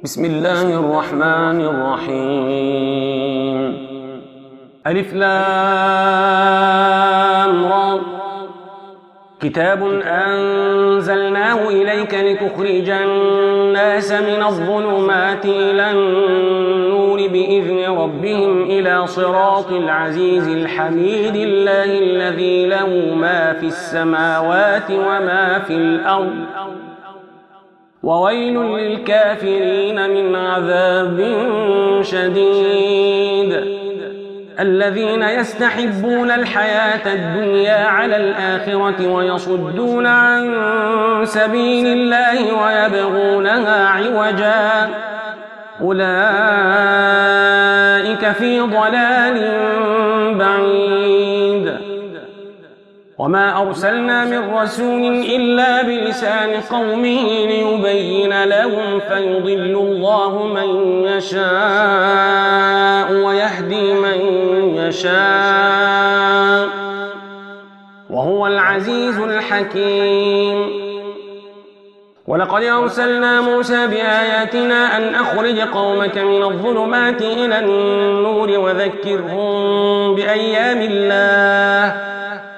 بسم الله الرحمن الرحيم. ألف لام را. كتاب أنزلناه إليك لتخرج الناس من الظلمات إلى النور بإذن ربهم إلى صراط العزيز الحميد الله الذي له ما في السماوات وما في الأرض وويل للكافرين من عذاب شديد. الذين يستحبون الحياة الدنيا على الآخرة ويصدون عن سبيل الله ويبغونها عوجا أولئك في ضلال بعيد. وما أرسلنا من رسول إلا بلسان قومه ليبين لهم فيضل الله من يشاء ويهدي من يشاء وهو العزيز الحكيم. ولقد أرسلنا موسى بآياتنا أن أخرج قومك من الظلمات إلى النور وذكرهم بأيام الله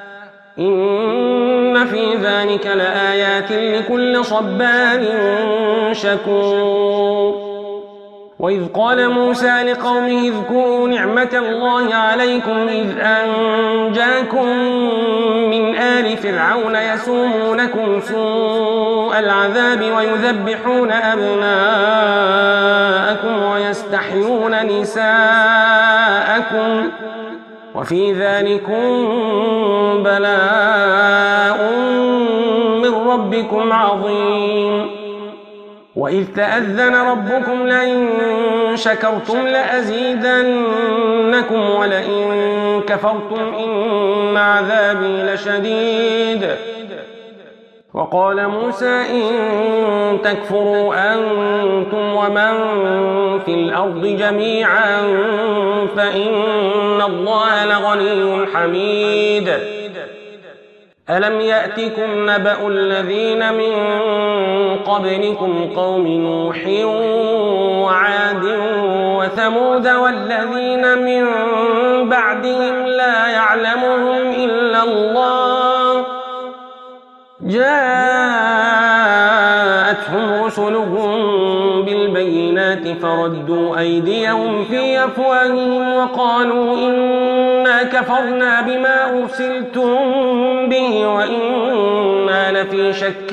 إن في ذلك لآيات لكل صبار شكور. وإذ قال موسى لقومه اذكروا نعمة الله عليكم إذ أنجاكم من آل فرعون يسومونكم سوء العذاب ويذبحون أبناءكم ويستحيون نساءكم وفي ذلكم بلاء من ربكم عظيم. وإذ تأذن ربكم لئن شكرتم لأزيدنكم ولئن كفرتم إن عذابي لشديد. وقال موسى إن تكفروا أنتم ومن في الأرض جميعا فإن الله لغني حميد. ألم يأتكم نبأ الذين من قبلكم قوم نوح وعاد وثمود والذين من بعدهم لا يعلمهم إلا الله جاءتهم رسلهم بالبينات فردوا أيديهم في أفواههم وقالوا إنا كفرنا بما أرسلتم به وإنا لفي شك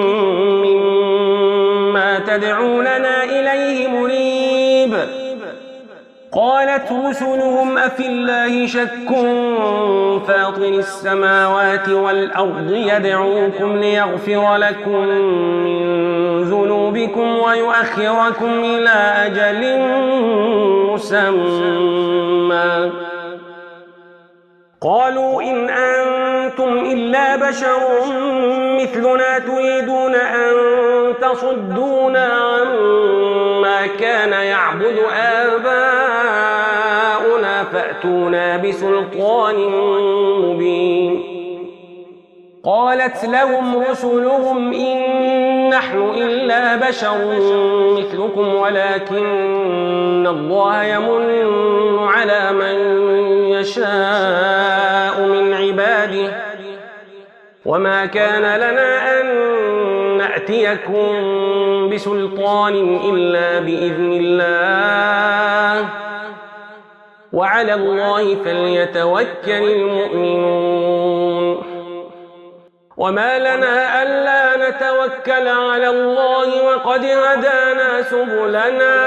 مما تدعوننا إليه مريب. قالت رسلهم أفي الله شك فاطر السماوات والأرض يدعوكم ليغفر لكم من ذنوبكم ويؤخركم إلى أجل مسمى قالوا إن أنتم إلا بشر مثلنا تريدون أن تصدونا عما كان يعبد آباؤنا فأتونا بسلطان مبين. قالت لهم رسلهم إن نحن إلا بشر مثلكم ولكن الله يمن على من يشاء من عباده وما كان لنا أن نأتيكم بسلطان إلا بإذن الله وعلى الله فليتوكل المؤمنون. وما لنا ألا نتوكل على الله وقد هدانا سبلنا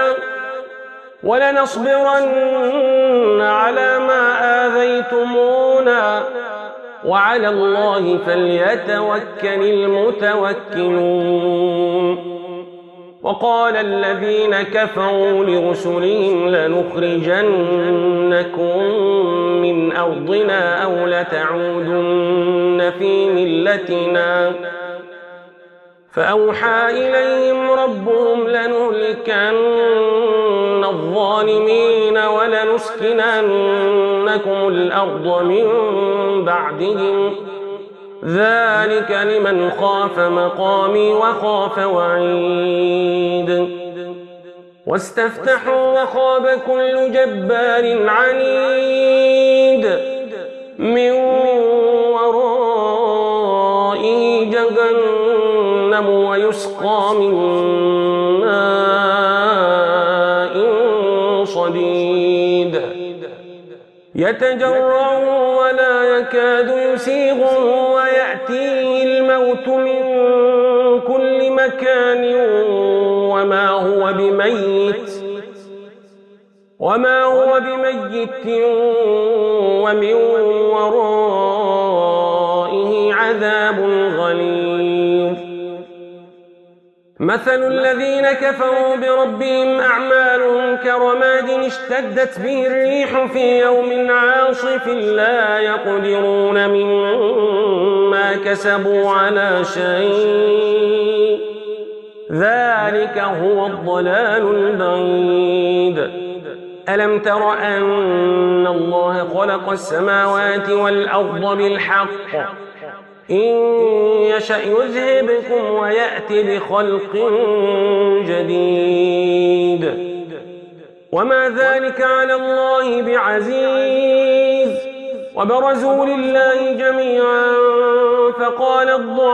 ولنصبرن على ما آذيتمونا وعلى الله فليتوكل المتوكلون. وقال الذين كفروا لرسلهم لنخرجنكم من أرضنا أو لتعودن في ملتنا فأوحى إليهم ربهم لنهلكن الظالمين ولنسكننكم الأرض من بعدهم ذلك لمن خاف مقامي وخاف وعيد واستفتحوا وخاب كل جبار عنيد من ورائه جهنم ويسقى من ماء صديد يتجرع ولا يكاد يسيغه ويأتيه الموت من كل مكان وما هو بميت ومن ورائه عذاب غليظ مثل الذين كفروا بربهم أعمالهم كرماد اشتدت به الريح في يوم عاصف لا يقدرون مما كسبوا على شيء ذلك هو الضلال البعيد ألم تر أن الله خلق السماوات والأرض بالحق إن يشأ يذهبكم ويأتي بخلق جديد وما ذلك على الله بعزيز وبرزوا لله جميعا فقال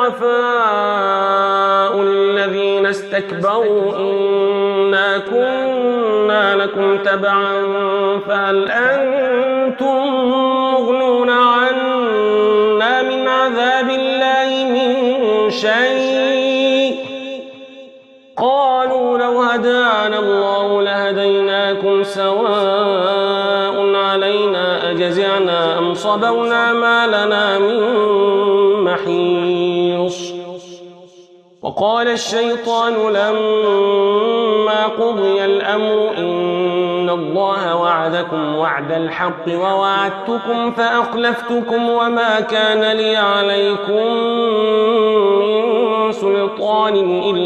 الضعفاء للذين استكبروا إنا كنا لكم تبعا فهل أنتم مغنون عنا من عذاب الله من شيء قالوا لو هدانا الله لهديناكم سواء علينا أجزعنا أم صبرنا ما لنا من محيص وقال الشيطان لما قضي الأمر إن الله وعدكم وعد الحق ووعدتكم فأخلفتكم وما كان لي عليكم من سلطان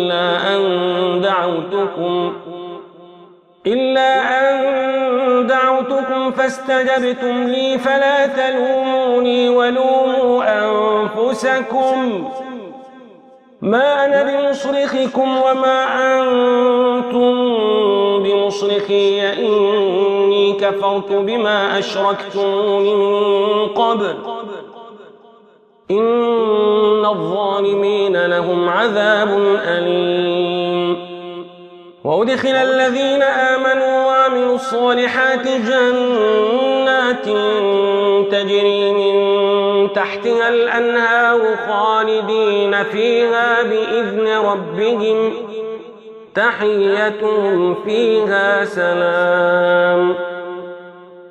إلا أن دعوتكم فاستجبتم لي فلا تلوموني ولوموا أنفسكم ما أنا بمصرخكم وما أنتم بمصرخي إني كفرت بما أشركتمون من قبل إن الظالمين لهم عذاب أليم وأدخل الذين آمنوا وعملوا الصالحات جنات تجري من تحتها الأنهار خالدين فيها بإذن ربهم تحيتهم فيها سلام